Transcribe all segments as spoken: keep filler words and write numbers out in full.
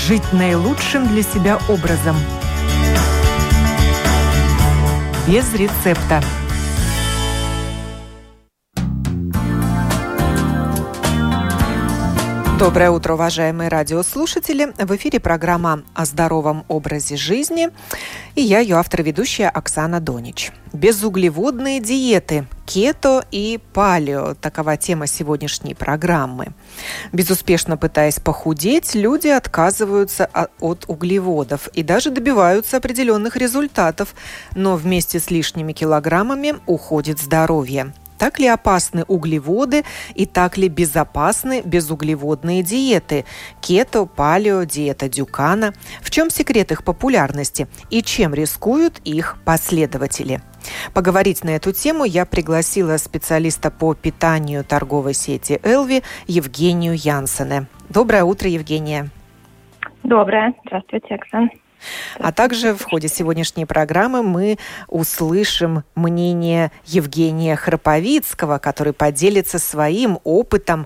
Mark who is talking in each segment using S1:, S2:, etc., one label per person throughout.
S1: жить наилучшим для себя образом. Без рецепта. Доброе утро, уважаемые радиослушатели. В эфире программа о здоровом образе жизни. И я, ее автор-ведущая Оксана Донич. Безуглеводные диеты, кето и палео – такова тема сегодняшней программы. Безуспешно пытаясь похудеть, люди отказываются от углеводов и даже добиваются определенных результатов, но вместе с лишними килограммами уходит здоровье. Так ли опасны углеводы и так ли безопасны безуглеводные диеты? Кето, палео, диета Дюкана. В чем секрет их популярности и чем рискуют их последователи? Поговорить на эту тему я пригласила специалиста по питанию торговой сети Элви Евгению Янсене. Доброе утро, Евгения.
S2: Доброе. Здравствуйте, Оксана.
S1: А также в ходе сегодняшней программы мы услышим мнение Евгения Храповицкого, который поделится своим опытом,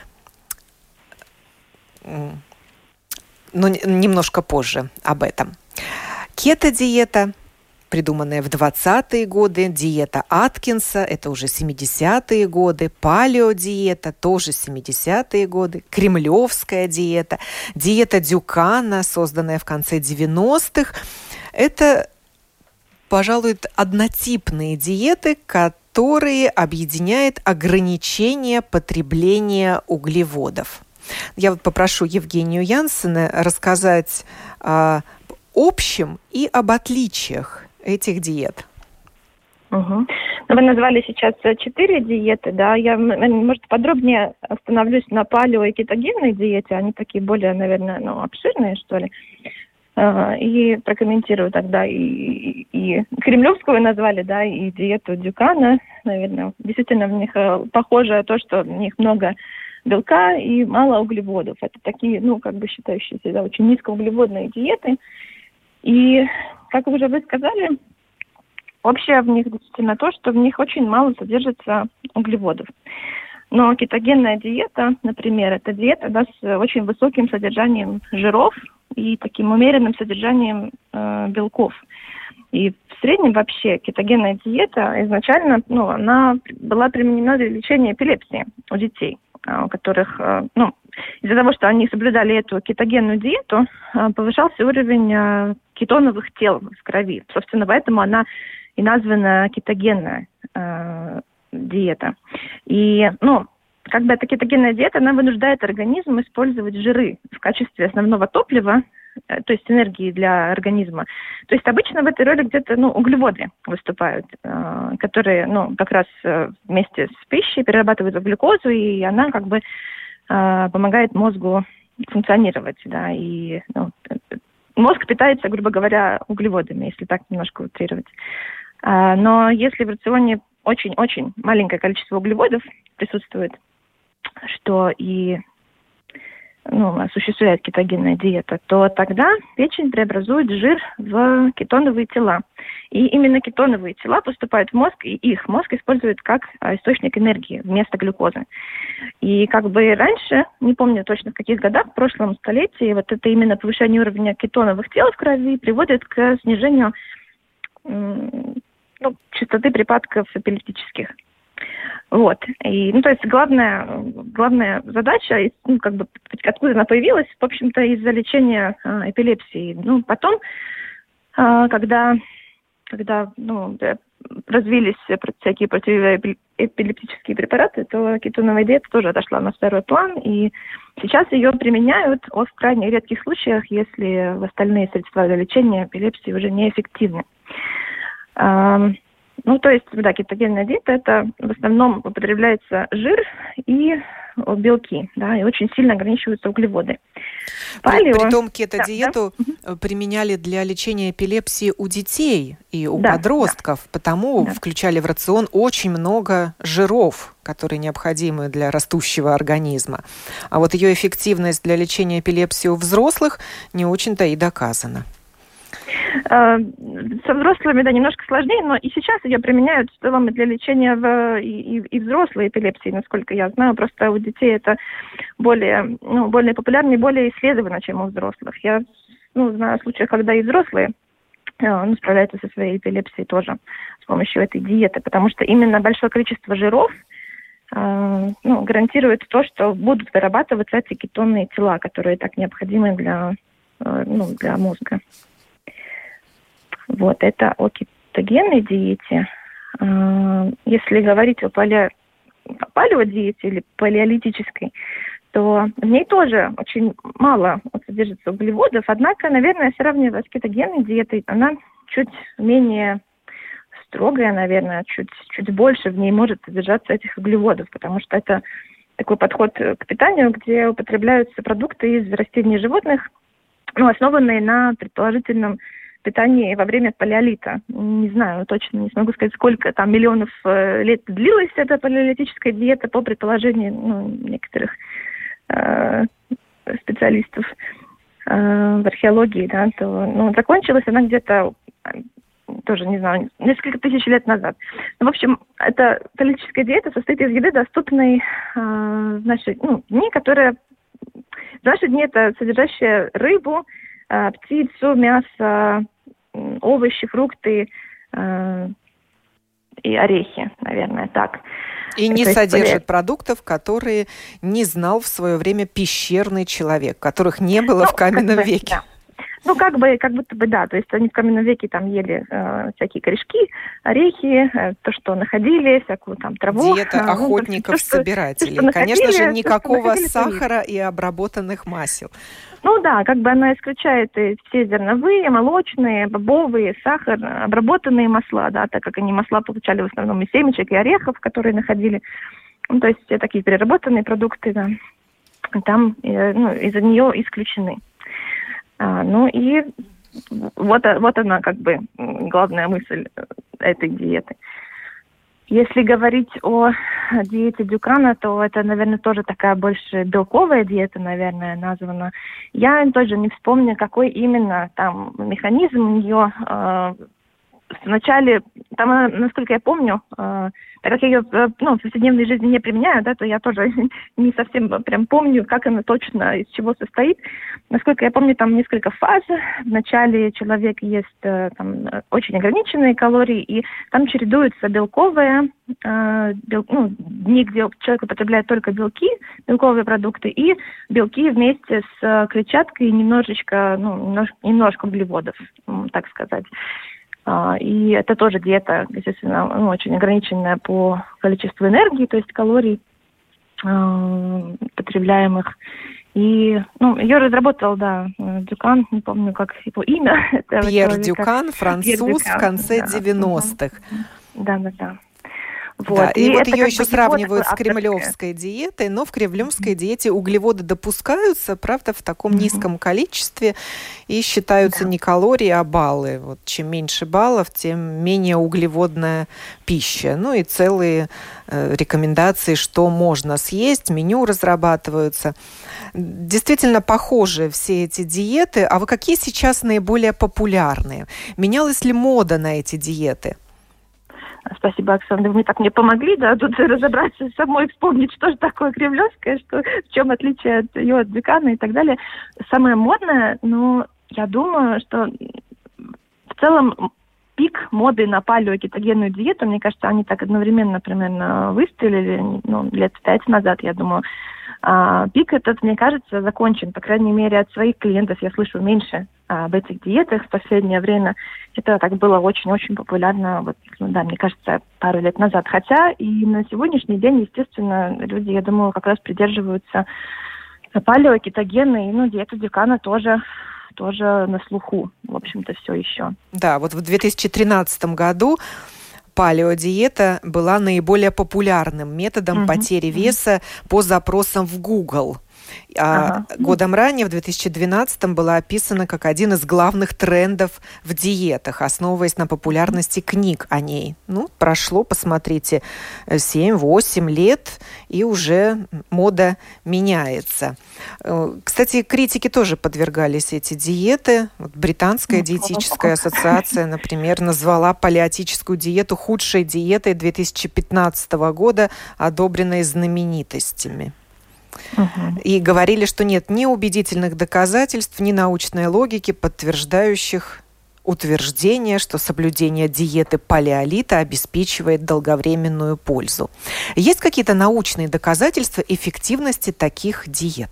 S1: но немножко позже об этом. Кето-диета, придуманная в двадцатые годы, диета Аткинса, это уже семидесятые годы, палеодиета, тоже семидесятые годы, кремлевская диета, диета Дюкана, созданная в конце девяностых. Это, пожалуй, однотипные диеты, которые объединяет ограничение потребления углеводов. Я вот попрошу Евгению Янсене рассказать о общем и об отличиях этих диет.
S2: Угу. Ну, вы назвали сейчас четыре диеты, да? Я, может, подробнее остановлюсь на палео и кетогенной диете. Они такие более, наверное, ну, обширные, что ли. И прокомментирую тогда и, и, и кремлевскую назвали, да, и диету Дюкана, наверное. Действительно, в них похоже то, что в них много белка и мало углеводов. Это такие, ну, как бы считающиеся, да, очень низкоуглеводные диеты. И, как вы уже вы сказали, общее в них действительно то, что в них очень мало содержится углеводов. Но кетогенная диета, например, это диета, да, с очень высоким содержанием жиров и таким умеренным содержанием э, белков. И в среднем вообще кетогенная диета изначально, ну, она была применена для лечения эпилепсии у детей, у которых, э, ну, из-за того, что они соблюдали эту кетогенную диету, повышался уровень кетоновых тел в крови. Собственно, поэтому она и названа кетогенная э, диета. И, ну, как бы эта кетогенная диета, она вынуждает организм использовать жиры в качестве основного топлива, э, то есть энергии для организма. То есть обычно в этой роли где-то, ну, углеводы выступают, э, которые, ну, как раз э, вместе с пищей перерабатывают в глюкозу, и она как бы помогает мозгу функционировать, да, и, ну, мозг питается, грубо говоря, углеводами, если так немножко утрировать. Но если в рационе очень-очень маленькое количество углеводов присутствует, что и, ну, осуществляет кетогенная диета, то тогда печень преобразует жир в кетоновые тела. И именно кетоновые тела поступают в мозг, и их мозг использует как источник энергии вместо глюкозы. И как бы раньше, не помню точно в каких годах, в прошлом столетии, вот это именно повышение уровня кетоновых тел в крови приводит к снижению, ну, частоты припадков эпилептических. Вот. И, ну, то есть главная, главная задача, ну, как бы, откуда она появилась, в общем-то, из-за лечения э, эпилепсии. Ну, потом, э, когда, когда, ну, развились всякие противоэпилептические препараты, то кетоновая диета тоже отошла на второй план, и сейчас ее применяют в крайне редких случаях, если остальные средства для лечения эпилепсии уже неэффективны. Э, Ну, то есть, да, кетогенная диета, это в основном употребляется жир и белки, да, и очень сильно ограничиваются углеводы.
S1: Палео... Притом кето-диету да, да. применяли для лечения эпилепсии у детей и у да, подростков, да. потому да. включали в рацион очень много жиров, которые необходимы для растущего организма. А вот ее эффективность для лечения эпилепсии у взрослых не очень-то и доказана.
S2: Со взрослыми, да, немножко сложнее, но и сейчас ее применяют в целом и для лечения в, и, и взрослой эпилепсии, насколько я знаю. Просто у детей это более, ну, более популярно и более исследовано, чем у взрослых. Я ну, знаю случаи, когда и взрослые ну, справляются со своей эпилепсией тоже с помощью этой диеты, потому что именно большое количество жиров э, ну, гарантирует то, что будут вырабатываться эти кетонные тела, которые так необходимы для, э, ну, для мозга. Вот, это о кетогенной диете. Э, если говорить о пале... палеодиете или палеолитической, то в ней тоже очень мало содержится углеводов, однако, наверное, сравнивая с кетогенной диетой, она чуть менее строгая, наверное, чуть, чуть больше в ней может содержаться этих углеводов, потому что это такой подход к питанию, где употребляются продукты из растений и животных, ну, основанные на предположительном питании во время палеолита. Не знаю, точно не смогу сказать, сколько там миллионов лет длилась эта палеолитическая диета, по предположению ну, некоторых э, специалистов э, в археологии, да, то ну, закончилась она где-то тоже, не знаю, несколько тысяч лет назад. Ну, в общем, эта палеолитическая диета состоит из еды, доступной э, в наши ну, дни, которая в наши дни это содержащая рыбу, э, птицу, мясо, э, овощи, фрукты э, и орехи, наверное, так.
S1: И не содержит продуктов, которые не знал в свое время пещерный человек, которых не было ну, в каменном
S2: как бы,
S1: веке.
S2: Да. Ну, как бы, как будто бы, да. То есть они в каменном веке там ели э, всякие корешки, орехи, э, то, что находили, всякую там траву.
S1: Диета
S2: э,
S1: охотников-собирателей. Ну, Конечно находили, же, никакого находили, сахара и обработанных масел.
S2: Ну да, как бы она исключает все зерновые, молочные, бобовые, сахар, обработанные масла, да, так как они масла получали в основном из семечек и орехов, которые находили. Ну, то есть все такие переработанные продукты, да, там э, ну, из-за нее исключены. А, ну и вот, вот она как бы главная мысль этой диеты. Если говорить о диете Дюкана, то это, наверное, тоже такая больше белковая диета, наверное, названа. Я тоже не вспомню, какой именно там механизм у нее. Э, вначале, там, насколько я помню, э, так как я ее ну, в повседневной жизни не применяю, да, то я тоже не совсем прям помню, как она точно, из чего состоит. Насколько я помню, там несколько фаз. Вначале человек ест там, очень ограниченные калории, и там чередуются белковые, э, бел, ну, дни, где человек употребляет только белки, белковые продукты, и белки вместе с клетчаткой и немножечко, ну, немножко, немножко углеводов, так сказать. Uh, и это тоже диета, естественно, ну, очень ограниченная по количеству энергии, то есть калорий uh, потребляемых. И ну, ее разработал, да, Дюкан, не помню, как его имя.
S1: Пьер Дюкан, француз в конце да. девяностых.
S2: Да, да, да.
S1: Вот. Да, и, и вот ее еще сравнивают с кремлевской диетой, но в кремлевской диете углеводы допускаются, правда, в таком mm-hmm. низком количестве, и считаются да. не калории, а баллы. Вот чем меньше баллов, тем менее углеводная пища. Ну и целые э, рекомендации, что можно съесть, меню разрабатываются. Действительно похожи все эти диеты. А вы какие сейчас наиболее популярные? Менялась ли мода на эти диеты?
S2: Спасибо, Оксана. Вы мне так мне помогли, да, тут разобраться самой, вспомнить, что же такое кремлевское, что, в чем отличие от ее от Дюкана и так далее. Самое модное, ну, я думаю, что в целом пик моды на палеокетогенную диету, мне кажется, они так одновременно примерно выстрелили, ну, лет пять назад, я думаю. А, пик этот, мне кажется, закончен, по крайней мере, от своих клиентов я слышу меньше а, об этих диетах в последнее время. Это так было очень-очень популярно, вот, ну, да, мне кажется, пару лет назад. Хотя и на сегодняшний день, естественно, люди, я думаю, как раз придерживаются палеокетогенной, ну, диета Дюкана тоже тоже на слуху, в общем-то, все еще.
S1: Да, вот в две тысячи тринадцатом году палеодиета была наиболее популярным методом mm-hmm. потери веса mm-hmm. по запросам в Google. А
S2: Ага.
S1: годом ранее, в две тысячи двенадцатом, была описана как один из главных трендов в диетах, основываясь на популярности книг о ней. Ну, прошло, посмотрите, семь-восемь лет, и уже мода меняется. Кстати, критике тоже подвергались эти диеты. Вот Британская диетическая ассоциация, например, назвала палеотическую диету худшей диетой две тысячи пятнадцатого года, одобренной знаменитостями.
S2: Угу.
S1: И говорили, что нет ни убедительных доказательств, ни научной логики, подтверждающих утверждение, что соблюдение диеты палеолита обеспечивает долговременную пользу. Есть какие-то научные доказательства эффективности таких диет?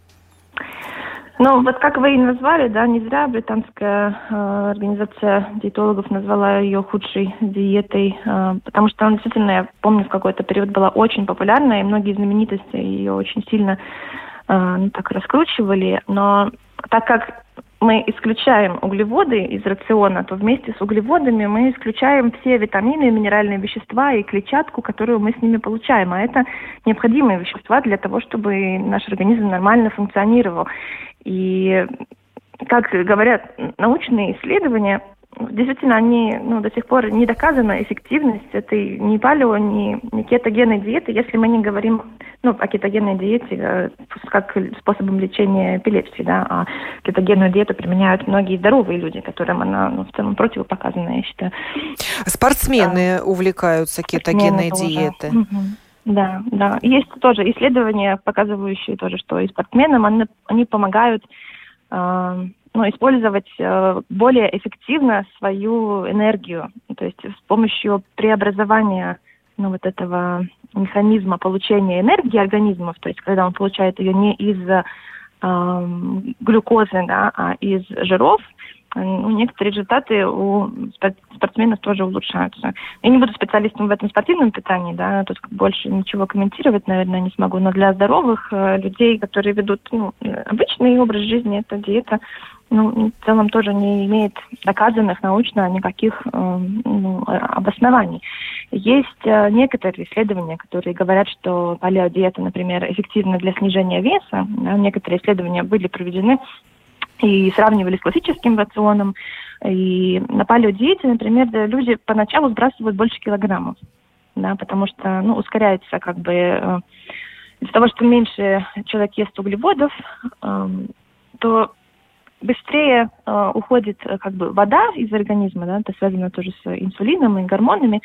S2: Ну, вот как вы и назвали, да, не зря британская э, организация диетологов назвала ее худшей диетой, э, потому что она действительно, я помню, в какой-то период была очень популярна, и многие знаменитости ее очень сильно э, ну, так раскручивали, но так как мы исключаем углеводы из рациона, то вместе с углеводами мы исключаем все витамины, минеральные вещества и клетчатку, которую мы с ними получаем. А это необходимые вещества для того, чтобы наш организм нормально функционировал. И, как говорят научные исследования, действительно, они ну, до сих пор не доказана эффективность этой ни палео, ни, ни кетогенной диеты, если мы не говорим ну, о кетогенной диете как способом лечения эпилепсии. Да, а кетогенную диету применяют многие здоровые люди, которым она ну, в целом противопоказана, я считаю.
S1: Спортсмены а, увлекаются кетогенной диетой.
S2: Угу. Да, да. Есть тоже исследования, показывающие тоже, что и спортсменам они, они помогают э, ну, использовать э, более эффективно свою энергию. То есть с помощью преобразования ну, вот этого механизма получения энергии организмов, то есть когда он получает ее не из э, глюкозы, да, а из жиров, ну, некоторые результаты у спортсменов тоже улучшаются. Я не буду специалистом в этом спортивном питании, да, тут больше ничего комментировать, наверное, не смогу, но для здоровых э, людей, которые ведут ну, обычный образ жизни, эта диета ну, в целом тоже не имеет доказанных научно никаких э, ну, обоснований. Есть э, некоторые исследования, которые говорят, что палеодиета, например, эффективна для снижения веса. Да, некоторые исследования были проведены и сравнивали с классическим рационом. И на палеодиете, например, люди поначалу сбрасывают больше килограммов, да, потому что ну, ускоряется как бы э, из-за того, что меньше человек ест углеводов, э, то быстрее э, уходит э, как бы вода из организма, да, это связано тоже с инсулином и гормонами.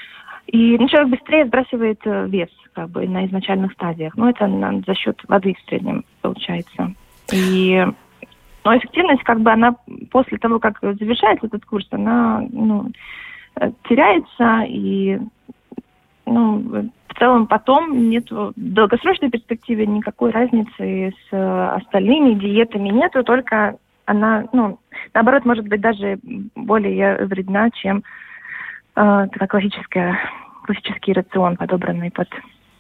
S2: И ну, человек быстрее сбрасывает э, вес как бы на изначальных стадиях. Ну, это на, за счет воды в среднем получается. И Но эффективность, как бы, она после того, как завершается этот курс, она ну, теряется, и ну, в целом потом нет в долгосрочной перспективе никакой разницы с остальными диетами нету, только она, ну, наоборот, может быть даже более вредна, чем э, такая классическая, классический рацион, подобранный под,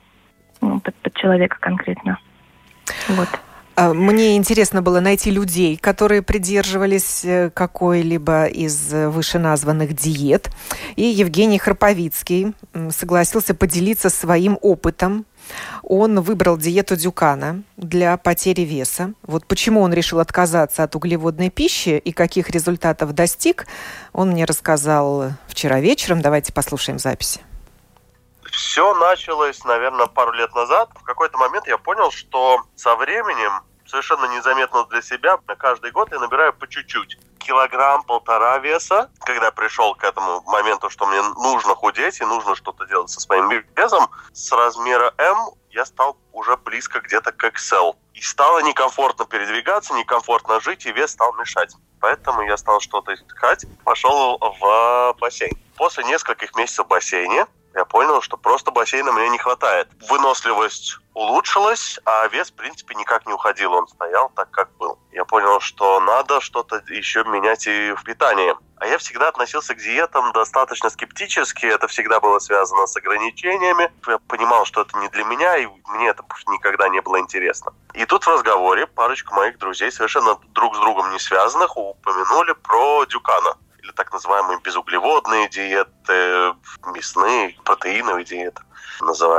S2: ну, под, под человека конкретно. Вот.
S1: Мне интересно было найти людей, которые придерживались какой-либо из вышеназванных диет. И Евгений Храповицкий согласился поделиться своим опытом. Он выбрал диету Дюкана для потери веса. Вот почему он решил отказаться от углеводной пищи и каких результатов достиг, он мне рассказал вчера вечером. Давайте послушаем записи.
S3: Все началось, наверное, пару лет назад. В какой-то момент я понял, что со временем, совершенно незаметно для себя, каждый год я набираю по чуть-чуть. Килограмм-полтора веса. Когда пришел к этому моменту, что мне нужно худеть и нужно что-то делать со своим весом, с размера М я стал уже близко где-то к икс эл. И стало некомфортно передвигаться, некомфортно жить, и вес стал мешать. Поэтому я стал что-то искать, пошел в бассейн. После нескольких месяцев в бассейне я понял, что просто бассейна мне не хватает. Выносливость улучшилась, а вес, в принципе, никак не уходил. Он стоял так, как был. Я понял, что надо что-то еще менять и в питании. А я всегда относился к диетам достаточно скептически. Это всегда было связано с ограничениями. Я понимал, что это не для меня, и мне это никогда не было интересно. И тут в разговоре парочка моих друзей, совершенно друг с другом не связанных, упомянули про Дюкана. Или так называемые безуглеводные диеты, мясные, протеиновые диеты называются.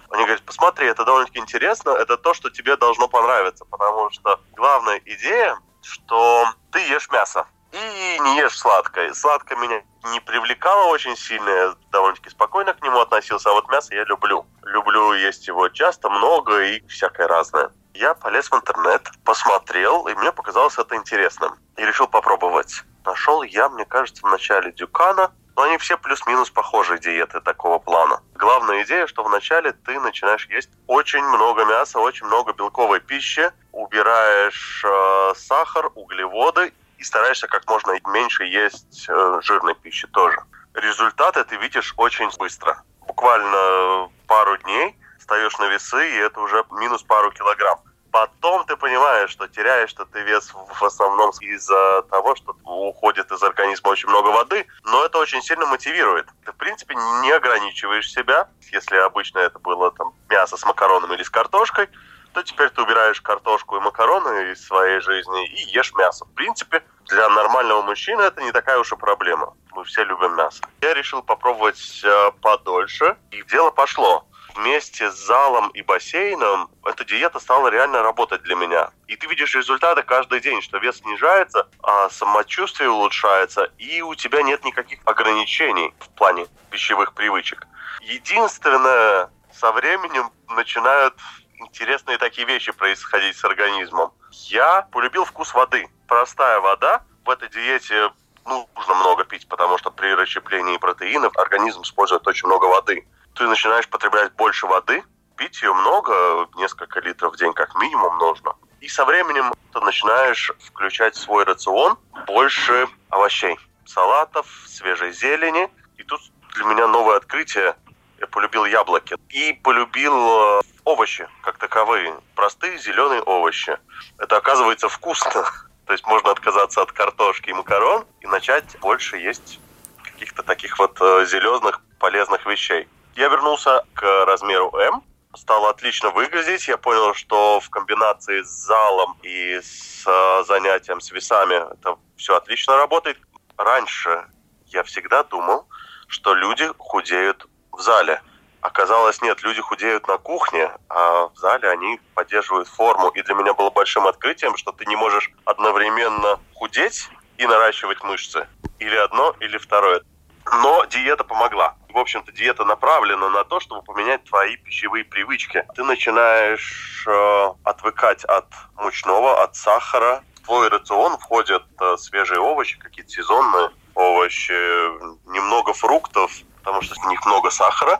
S3: Они говорят, посмотри, это довольно-таки интересно, это то, что тебе должно понравиться, потому что главная идея, что ты ешь мясо и не ешь сладкое. Сладкое меня не привлекало очень сильно, я довольно-таки спокойно к нему относился, а вот мясо я люблю. Люблю есть его часто, много и всякое разное. Я полез в интернет, посмотрел, и мне показалось это интересным. И решил попробовать. Нашел я, мне кажется, в начале Дюкана, но они все плюс-минус похожие диеты такого плана. Главная идея, что вначале ты начинаешь есть очень много мяса, очень много белковой пищи, убираешь э, сахар, углеводы и стараешься как можно меньше есть э, жирной пищи тоже. Результаты ты видишь очень быстро. Буквально пару дней встаешь на весы, и это уже минус пару килограмм. Потом ты понимаешь, что теряешь что ты вес в основном из-за того, что уходит из организма очень много воды, но это очень сильно мотивирует. Ты, в принципе, не ограничиваешь себя. Если обычно это было там мясо с макаронами или с картошкой, то теперь ты убираешь картошку и макароны из своей жизни и ешь мясо. В принципе, для нормального мужчины это не такая уж и проблема. Мы все любим мясо. Я решил попробовать э, подольше, и дело пошло. Вместе с залом и бассейном эта диета стала реально работать для меня. И ты видишь результаты каждый день, что вес снижается, а самочувствие улучшается, и у тебя нет никаких ограничений в плане пищевых привычек. Единственное, со временем начинают интересные такие вещи происходить с организмом. Я полюбил вкус воды. Простая вода в этой диете ну, нужно много пить, потому что при расщеплении протеинов организм использует очень много воды. Ты начинаешь потреблять больше воды, пить ее много, несколько литров в день как минимум нужно. И со временем ты начинаешь включать в свой рацион больше овощей, салатов, свежей зелени. И тут для меня новое открытие. Я полюбил яблоки и полюбил овощи как таковые. Простые зеленые овощи. Это оказывается вкусно. То есть можно отказаться от картошки и макарон и начать больше есть каких-то таких вот зеленых полезных вещей. Я вернулся к размеру М, стал отлично выглядеть. Я понял, что в комбинации с залом и с занятием с весами это все отлично работает. Раньше я всегда думал, что люди худеют в зале. Оказалось, нет, люди худеют на кухне, а в зале они поддерживают форму. И для меня было большим открытием, что ты не можешь одновременно худеть и наращивать мышцы. Или одно, или второе. Но диета помогла. В общем-то, диета направлена на то, чтобы поменять твои пищевые привычки. Ты начинаешь э, отвыкать от мучного, от сахара. В твой рацион входят э, свежие овощи, какие-то сезонные овощи, немного фруктов, потому что в них много сахара.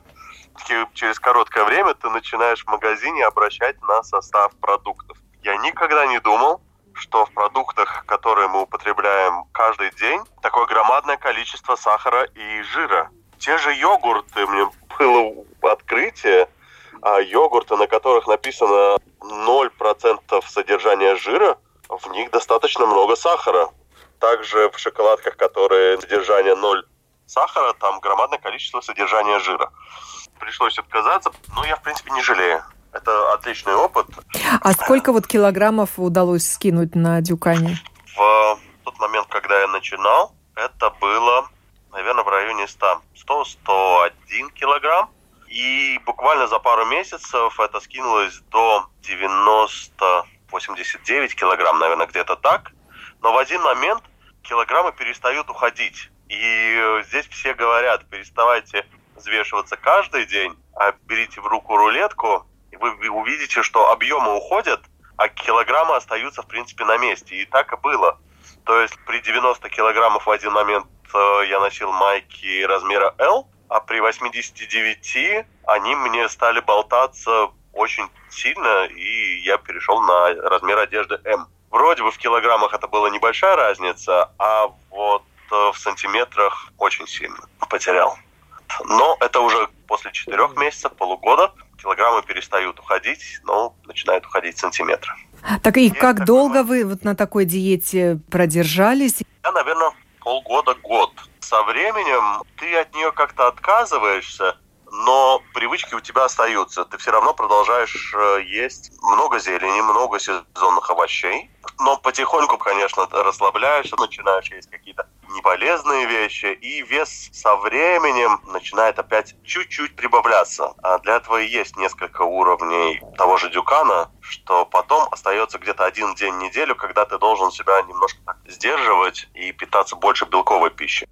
S3: И через короткое время ты начинаешь в магазине обращать на состав продуктов. Я никогда не думал, что в продуктах, которые мы употребляем каждый день, такое громадное количество сахара и жира. Те же йогурты, мне было открытие, а йогурты, на которых написано ноль процентов содержания жира, в них достаточно много сахара. Также в шоколадках, которые содержание ноль сахара, там громадное количество содержания жира. Пришлось отказаться, но я, в принципе, не жалею. Это отличный опыт.
S1: А сколько вот килограммов удалось скинуть на Дюкане?
S3: В тот момент, когда я начинал, это было, наверное, в районе сто, сто, сто один килограмм. И буквально за пару месяцев это скинулось до девяносто, восемьдесят девять килограмм, наверное, где-то так. Но в один момент килограммы перестают уходить. И здесь все говорят, переставайте взвешиваться каждый день, а берите в руку рулетку, и вы увидите, что объемы уходят, а килограммы остаются, в принципе, на месте. И так и было. То есть при девяноста килограммах в один момент я носил майки размера L, а при восьмидесяти девяти они мне стали болтаться очень сильно, и я перешел на размер одежды M. Вроде бы в килограммах это была небольшая разница, а вот в сантиметрах очень сильно потерял. Но это уже после четырех месяцев, полугода, килограммы перестают уходить, но начинают уходить сантиметры.
S1: Так и как долго вы вот на такой диете продержались?
S3: Я, наверное, полгода-год. Со временем ты от нее как-то отказываешься, но привычки у тебя остаются. Ты все равно продолжаешь есть много зелени, много сезонных овощей. Но потихоньку, конечно, ты расслабляешься, начинаешь есть какие-то неполезные вещи, и вес со временем начинает опять чуть-чуть прибавляться. А для этого и есть несколько уровней того же Дюкана, что потом остается где-то один день в неделю, когда ты должен себя немножко так сдерживать и питаться больше белковой пищей.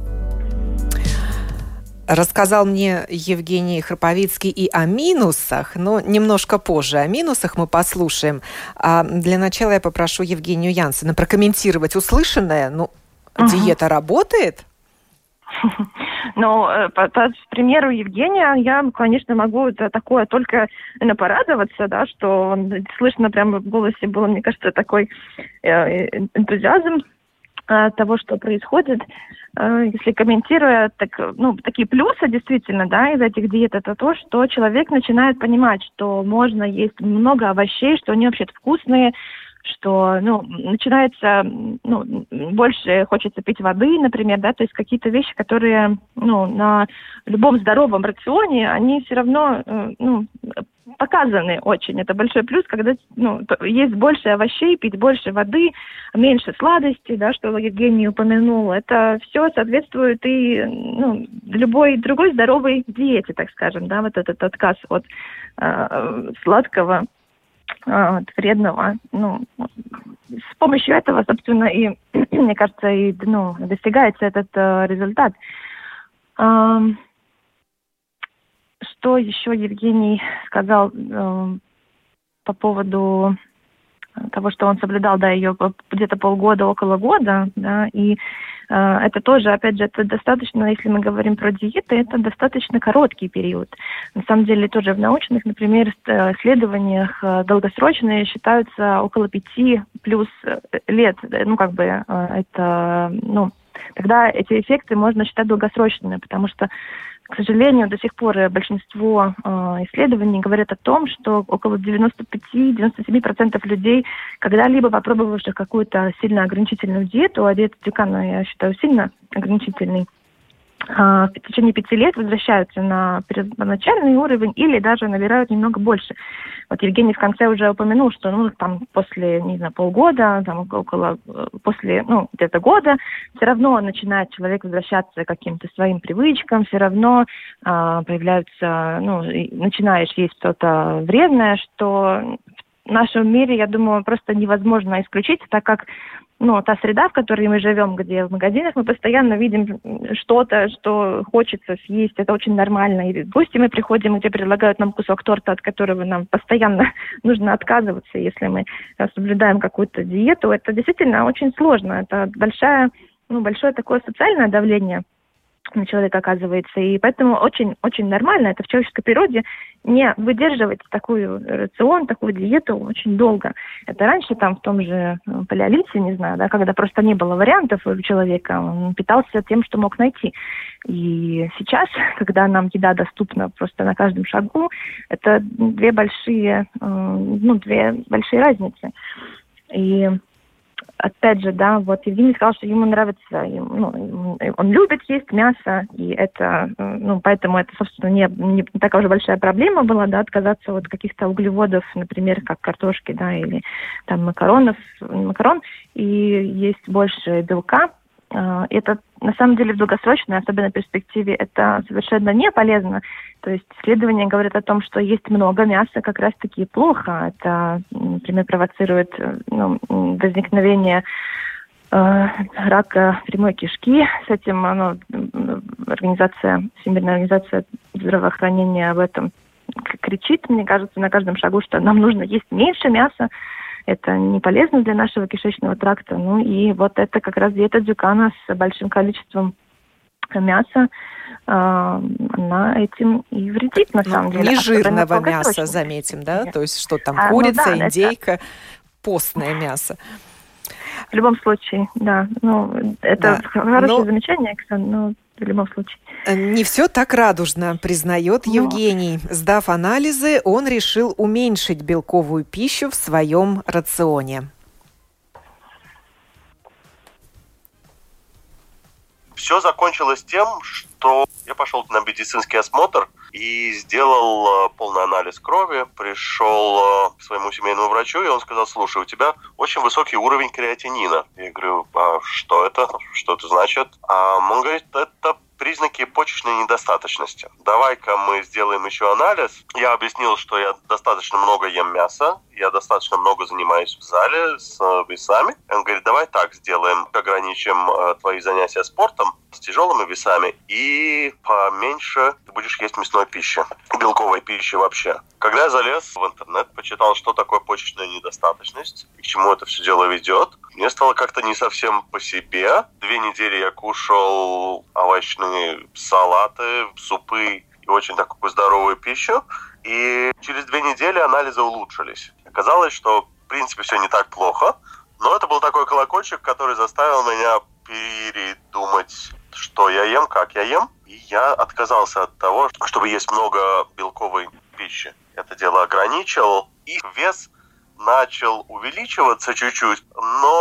S1: Рассказал мне Евгений Храповицкий и о минусах, но немножко позже о минусах мы послушаем. А для начала я попрошу Евгению Янсена прокомментировать услышанное. Ну, угу. Диета работает?
S2: Ну, по, по примеру Евгения, я, конечно, могу это такое только порадоваться, да, что он, слышно прямо в голосе было, мне кажется, такой э, энтузиазм того, что происходит. Если комментируя, так, ну, такие плюсы действительно, да, из этих диет, это то, что человек начинает понимать, что можно есть много овощей, что они вообще-то вкусные, что, ну, начинается, ну, больше хочется пить воды, например, да, то есть какие-то вещи, которые, ну, на любом здоровом рационе, они все равно, ну, показаны очень. Это большой плюс, когда, ну, есть больше овощей, пить больше воды, меньше сладостей, да, что Евгений упомянул. Это все соответствует и, ну, любой другой здоровой диете, так скажем, да, вот этот отказ от э, сладкого, от вредного, ну, с помощью этого, собственно, и, мне кажется, и, ну, достигается этот э, результат. Э, что еще Евгений сказал э, по поводу того, что он соблюдал, да, ее где-то полгода, около года, да, и э, это тоже, опять же, это достаточно, если мы говорим про диеты, это достаточно короткий период. На самом деле, тоже в научных, например, исследованиях долгосрочные считаются около пяти плюс лет, ну, как бы, э, это, ну, тогда эти эффекты можно считать долгосрочными, потому что, к сожалению, до сих пор большинство э, исследований говорят о том, что около девяносто пять - девяносто семь процентов людей, когда-либо попробовавших какую-то сильно ограничительную диету, а диета Дюкана, я считаю, сильно ограничительной, э, в течение пяти лет возвращаются на первоначальный уровень или даже набирают немного больше. Вот Евгений в конце уже упомянул, что, ну, там после, не знаю, полгода, там около, после, ну, где-то года, все равно начинает человек возвращаться к каким-то своим привычкам, все равно э, появляются, ну, начинаешь есть что-то вредное, что в нашем мире, я думаю, просто невозможно исключить, так как, ну, та среда, в которой мы живем, где в магазинах мы постоянно видим что-то, что хочется съесть, это очень нормально. И в гости мы приходим, где предлагают нам кусок торта, от которого нам постоянно нужно отказываться, если мы соблюдаем какую-то диету. Это действительно очень сложно. Это большая, ну, большое такое социальное давление на человека оказывается. И поэтому очень-очень нормально, это в человеческой природе, не выдерживать такую рацион, такую диету очень долго. Это раньше там в том же палеолите, не знаю, да, когда просто не было вариантов у человека, он питался тем, что мог найти. И сейчас, когда нам еда доступна просто на каждом шагу, это две большие, ну, две большие разницы. И опять же, да, вот Евгений сказал, что ему нравится, ну, он любит есть мясо, и это, ну, поэтому это, собственно, не, не такая уже большая проблема была, да, отказаться от каких-то углеводов, например, как картошки, да, или там макаронов, макарон, и есть больше белка. Это, на самом деле, в долгосрочной, особенно в перспективе, это совершенно не полезно. То есть исследования говорят о том, что есть много мяса как раз-таки плохо. Это, например, провоцирует, ну, возникновение э, рака прямой кишки. С этим, ну, организация, Всемирная организация здравоохранения об этом кричит, мне кажется, на каждом шагу, что нам нужно есть меньше мяса. Это не полезно для нашего кишечного тракта. Ну и вот это как раз диета Дюкана с большим количеством мяса, э, она этим и вредит, на самом деле.
S1: Нежирного мяса, заметим, да? То есть что там, а, курица, ну, да, индейка, это... постное мясо.
S2: В любом случае, да. Ну, это да. хорошее но... замечание, Оксана, но в любом случае.
S1: Не все так радужно, признает но... Евгений. Сдав анализы, он решил уменьшить белковую пищу в своем рационе.
S3: Все закончилось тем, что я пошел на медицинский осмотр, и сделал полный анализ крови, пришел к своему семейному врачу, и он сказал: слушай, у тебя очень высокий уровень креатинина. Я говорю: а что это? Что это значит? А он говорит: это признаки почечной недостаточности. Давай-ка мы сделаем еще анализ. Я объяснил, что я достаточно много ем мяса, я достаточно много занимаюсь в зале с весами. Он говорит: давай так сделаем, ограничим э, твои занятия спортом с тяжелыми весами и поменьше ты будешь есть мясной пищи, белковой пищи вообще. Когда я залез в интернет, почитал, что такое почечная недостаточность и к чему это все дело ведет, мне стало как-то не совсем по себе. Две недели я кушал овощные салаты, супы и очень такую здоровую пищу. И через две недели анализы улучшились. Оказалось, что в принципе все не так плохо, но это был такой колокольчик, который заставил меня передумать, что я ем, как я ем. И я отказался от того, чтобы есть много белковой пищи. Это дело ограничил, и вес начал увеличиваться чуть-чуть, но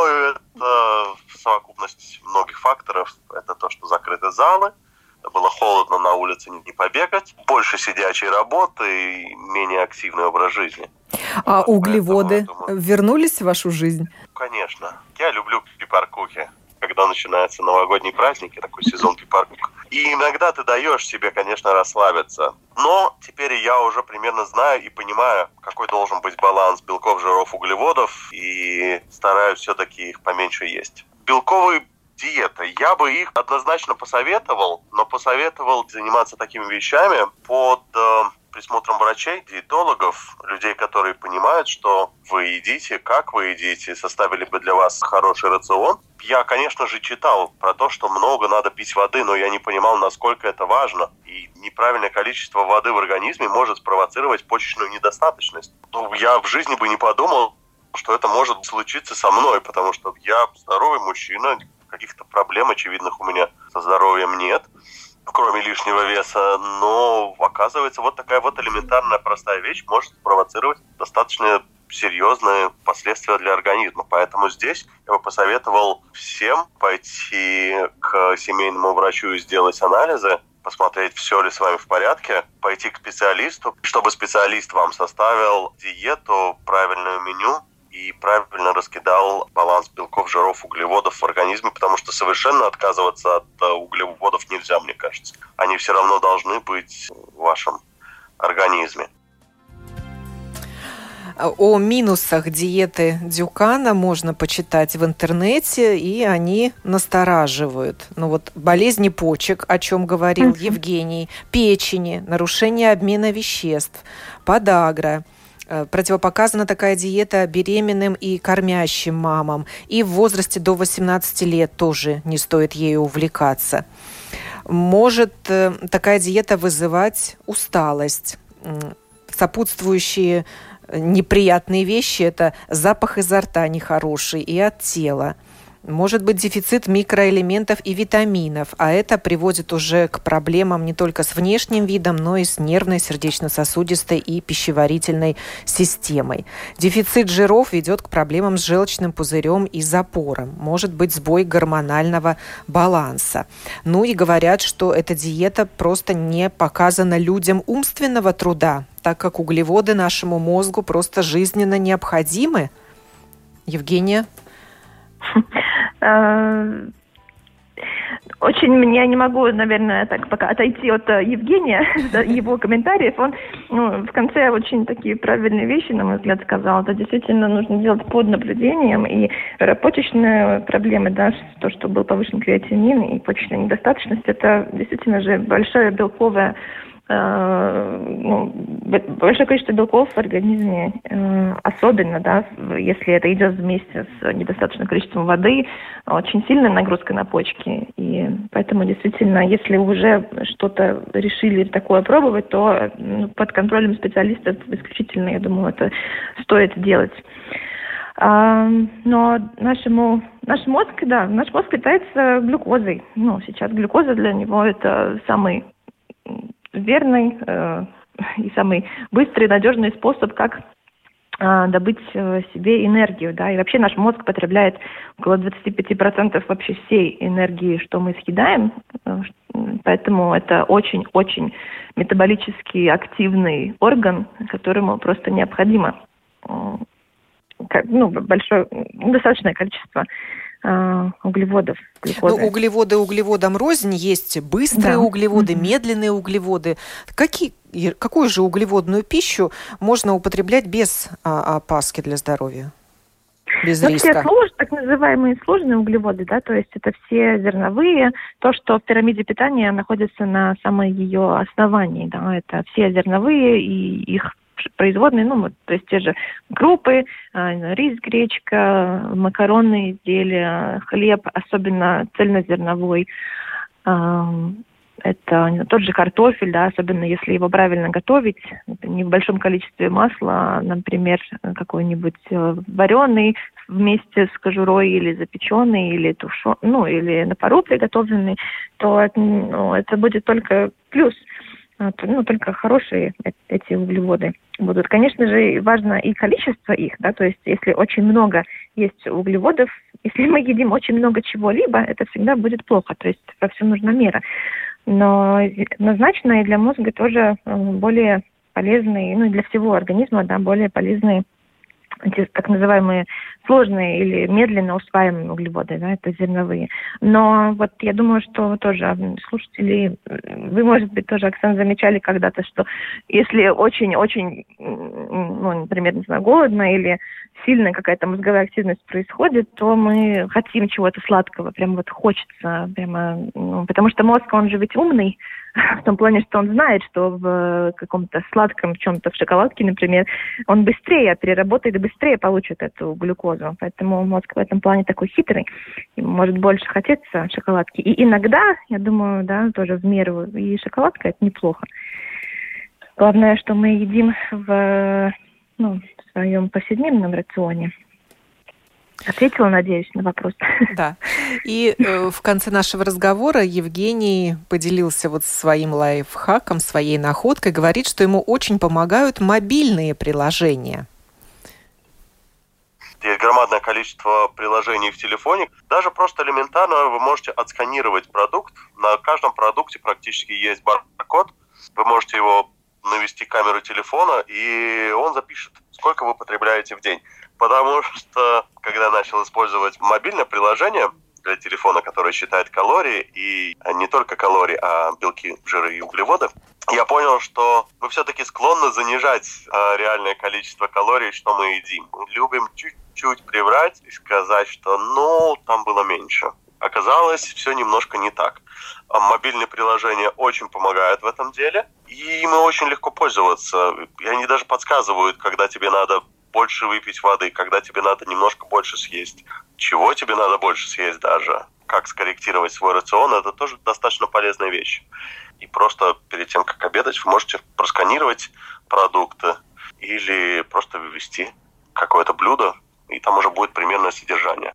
S3: это совокупность многих факторов. Это то, что закрыты залы, было холодно на улице, не побегать, больше сидячей работы и менее активный образ жизни.
S1: А вот, углеводы думаю, вернулись в вашу жизнь?
S3: Конечно. Я люблю пипаркухи. Когда начинается новогодний праздник, такой сезон пипаркух. И иногда ты даешь себе, конечно, расслабиться. Но теперь я уже примерно знаю и понимаю, какой должен быть баланс белков, жиров, углеводов. И стараюсь все-таки их поменьше есть. Белковые диеты. Я бы их однозначно посоветовал, но посоветовал заниматься такими вещами под э, присмотром врачей, диетологов, людей, которые понимают, что вы едите, как вы едите, составили бы для вас хороший рацион. Я, конечно же, читал про то, что много надо пить воды, но я не понимал, насколько это важно. И неправильное количество воды в организме может спровоцировать почечную недостаточность. Ну, я в жизни бы не подумал, что это может случиться со мной, потому что я здоровый мужчина, каких-то проблем очевидных у меня со здоровьем нет, кроме лишнего веса, но оказывается, вот такая вот элементарная простая вещь может спровоцировать достаточно серьезные последствия для организма. Поэтому здесь я бы посоветовал всем пойти к семейному врачу и сделать анализы, посмотреть, все ли с вами в порядке, пойти к специалисту, чтобы специалист вам составил диету, правильное меню и правильно раскидал баланс белков, жиров, углеводов в организме, потому что совершенно отказываться от углеводов нельзя, мне кажется. Они все равно должны быть в вашем организме.
S1: О минусах диеты Дюкана можно почитать в интернете, и они настораживают. Ну вот болезни почек, о чем говорил uh-huh. Евгений, печени, нарушение обмена веществ, подагра. Противопоказана такая диета беременным и кормящим мамам. И в возрасте до восемнадцати лет тоже не стоит ею увлекаться. Может такая диета вызывать усталость. Сопутствующие неприятные вещи – это запах изо рта нехороший и от тела. Может быть дефицит микроэлементов и витаминов, а это приводит уже к проблемам не только с внешним видом, но и с нервной, сердечно-сосудистой и пищеварительной системой. Дефицит жиров ведет к проблемам с желчным пузырем и запором. Может быть сбой гормонального баланса. Ну и говорят, что эта диета просто не показана людям умственного труда, так как углеводы нашему мозгу просто жизненно необходимы. Евгения?
S2: Очень я не могу, наверное, так пока отойти от Евгения, его комментариев. Он ну, в конце очень такие правильные вещи, на мой взгляд, сказал. Это действительно нужно делать под наблюдением. И почечные проблемы, да, то, что был повышен креатинин и почечная недостаточность, это действительно же большое белковое ну, большое количество белков в организме, особенно, да, если это идет вместе с недостаточным количеством воды, очень сильная нагрузка на почки. И поэтому действительно, если уже что-то решили такое пробовать, то ну, под контролем специалистов исключительно, я думаю, это стоит делать. Но нашему, наш мозг, да, наш мозг питается глюкозой. Ну, сейчас глюкоза для него это самый верный э, и самый быстрый, надежный способ, как добыть себе энергию, да, и вообще наш мозг потребляет около двадцать пять процентов вообще всей энергии, что мы съедаем, поэтому это очень-очень метаболически активный орган, которому просто необходимо ну, большое, достаточное количество э, углеводов.
S1: Ну, углеводы углеводам рознь, есть быстрые да. углеводы, mm-hmm. медленные углеводы. Какие, какую же углеводную пищу можно употреблять без а, опаски для здоровья? Без
S2: ну,
S1: риска?
S2: Все слож, так называемые сложные углеводы, да, то есть это все зерновые, то, что в пирамиде питания находится на самой ее основании, да, это все зерновые и их производные, ну, то есть те же крупы, рис, гречка, макаронные изделия, хлеб, особенно цельнозерновой, это тот же картофель, да, особенно если его правильно готовить, не в большом количестве масла, например, какой-нибудь вареный вместе с кожурой или запеченный, или тушеный, ну, или на пару приготовленный, то ну, это будет только плюс. Ну, только хорошие эти углеводы будут. Конечно же, важно и количество их, да, то есть если очень много есть углеводов, если мы едим очень много чего-либо, это всегда будет плохо, то есть во всем нужна мера. Но однозначно и для мозга тоже более полезные, ну и для всего организма, да, более полезные эти так называемые сложные или медленно усваиваемые углеводы, да, это зерновые. Но вот я думаю, что тоже слушатели, вы, может быть, тоже, Оксана, замечали когда-то, что если очень-очень, ну, например, не знаю, голодно или сильная какая-то мозговая активность происходит, то мы хотим чего-то сладкого, прям вот хочется, прямо, ну, потому что мозг, он же ведь умный, в том плане, что он знает, что в каком-то сладком чем-то, в шоколадке, например, он быстрее переработает и быстрее получит эту глюкозу. Поэтому мозг в этом плане такой хитрый. Ему может больше хотеться шоколадки. И иногда, я думаю, да, тоже в меру, и шоколадка – это неплохо. Главное, что мы едим в, ну, в своем повседневном рационе. Ответила, надеюсь, на вопрос.
S1: Да. И э, в конце нашего разговора Евгений поделился вот своим лайфхаком, своей находкой, говорит, что ему очень помогают мобильные приложения.
S3: Есть громадное количество приложений в телефоне. Даже просто элементарно вы можете отсканировать продукт. На каждом продукте практически есть баркод. Вы можете его навести камеру телефона, и он запишет, сколько вы потребляете в день. Потому что, когда я начал использовать мобильное приложение для телефона, которое считает калории, и не только калории, а белки, жиры и углеводы, я понял, что мы все-таки склонны занижать а, реальное количество калорий, что мы едим. Мы любим чуть-чуть приврать и сказать, что ну, там было меньше. Оказалось, все немножко не так. А мобильные приложения очень помогают в этом деле, и ими очень легко пользоваться. И они даже подсказывают, когда тебе надо больше выпить воды, когда тебе надо немножко больше съесть, чего тебе надо больше съесть даже, как скорректировать свой рацион, это тоже достаточно полезная вещь. И просто перед тем, как обедать, вы можете просканировать продукты или просто ввести какое-то блюдо, и там уже будет примерное содержание.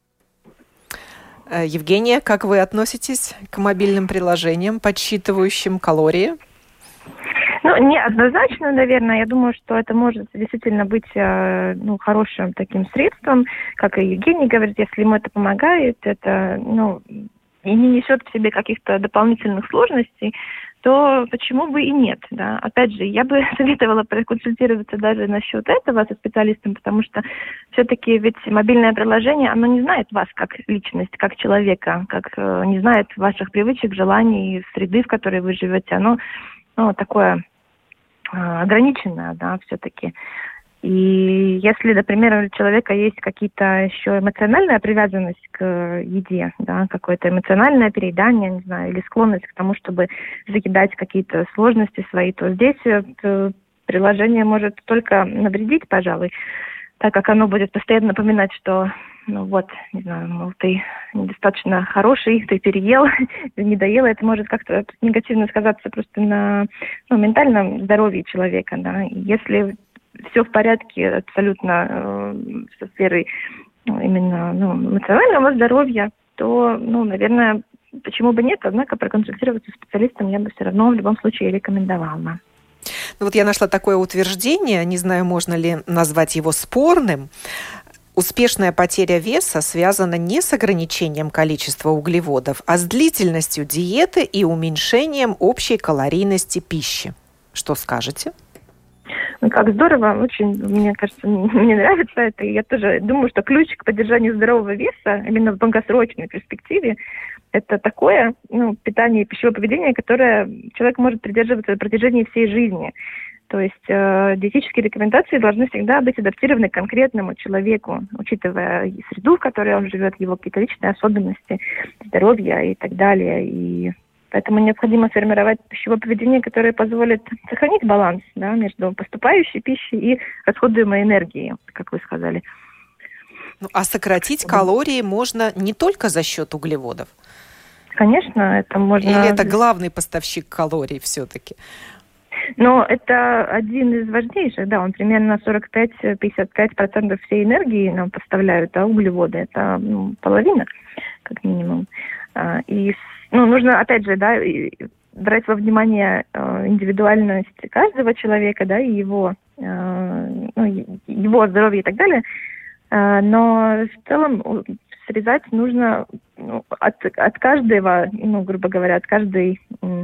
S1: Евгения, как вы относитесь к мобильным приложениям, подсчитывающим калории?
S2: Ну, неоднозначно, наверное. Я думаю, что это может действительно быть ну, хорошим таким средством, как и Евгений говорит, если ему это помогает, это ну, и не несет в себе каких-то дополнительных сложностей, то почему бы и нет, да. Опять же, я бы советовала проконсультироваться даже насчет этого со специалистом, потому что все-таки ведь мобильное приложение, оно не знает вас как личность, как человека, как не знает ваших привычек, желаний, среды, в которой вы живете. Оно ну, такое ограниченное, да, все-таки. И если, например, у человека есть какие-то еще эмоциональная привязанность к еде, да, какое-то эмоциональное переедание, не знаю, или склонность к тому, чтобы заедать какие-то сложности свои, то здесь приложение может только навредить, пожалуй, так как оно будет постоянно напоминать, что, ну вот, не знаю, мол, ты недостаточно хороший, ты переел, ты не доела, это может как-то негативно сказаться просто на ну, ментальном здоровье человека, да. И если все в порядке абсолютно э, со сферой ну, именно ну, эмоционального здоровья, то, ну, наверное, почему бы нет, однако проконсультироваться с специалистом я бы все равно в любом случае рекомендовала.
S1: Ну вот я нашла такое утверждение, не знаю, можно ли назвать его спорным. Успешная потеря веса связана не с ограничением количества углеводов, а с длительностью диеты и уменьшением общей калорийности пищи. Что скажете?
S2: Ну, как здорово, очень, мне кажется, мне нравится это. И я тоже думаю, что ключ к поддержанию здорового веса именно в долгосрочной перспективе это такое ну, питание и пищевое поведение, которое человек может придерживаться на протяжении всей жизни. То есть э, диетические рекомендации должны всегда быть адаптированы к конкретному человеку, учитывая среду, в которой он живет, его какие-то личные особенности, здоровье и так далее. И поэтому необходимо сформировать пищевое поведение, которое позволит сохранить баланс да, между поступающей пищей и расходуемой энергией, как вы сказали.
S1: Ну, а сократить калории можно не только за счет углеводов?
S2: Конечно, это можно...
S1: Или это главный поставщик калорий все-таки?
S2: Но это один из важнейших, да, он примерно сорок пять - пятьдесят пять процентов всей энергии нам поставляют, а углеводы это ну, половина, как минимум. И ну, нужно, опять же, да, брать во внимание индивидуальность каждого человека, да, и его, ну, его здоровье и так далее. Но в целом срезать нужно ну, от, от каждого, ну, грубо говоря, от каждой...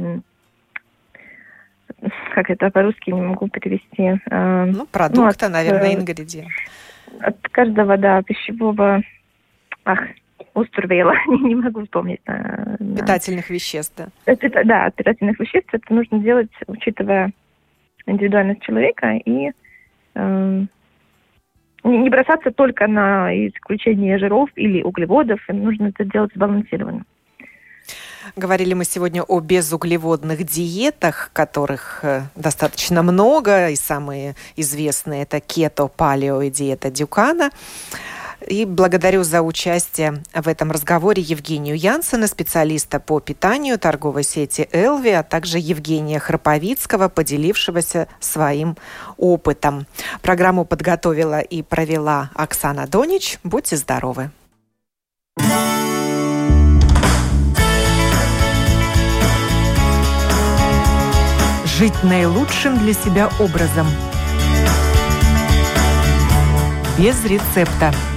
S2: Как это по-русски не могу перевести.
S1: Ну, продукта, ну, от, наверное, ингредиент.
S2: От каждого, да, пищевого... Ах, устурвела, не, не могу вспомнить.
S1: Питательных да. веществ, да?
S2: Это, да, от питательных веществ это нужно делать, учитывая индивидуальность человека и э, не бросаться только на исключение жиров или углеводов. Нужно это делать сбалансированно.
S1: Говорили мы сегодня о безуглеводных диетах, которых достаточно много, и самые известные это кето, палео и диета Дюкана. И благодарю за участие в этом разговоре Евгению Янсена, специалиста по питанию торговой сети Элви, а также Евгения Храповицкого, поделившегося своим опытом. Программу подготовила и провела Оксана Донич. Будьте здоровы! Жить наилучшим для себя образом. Без рецепта.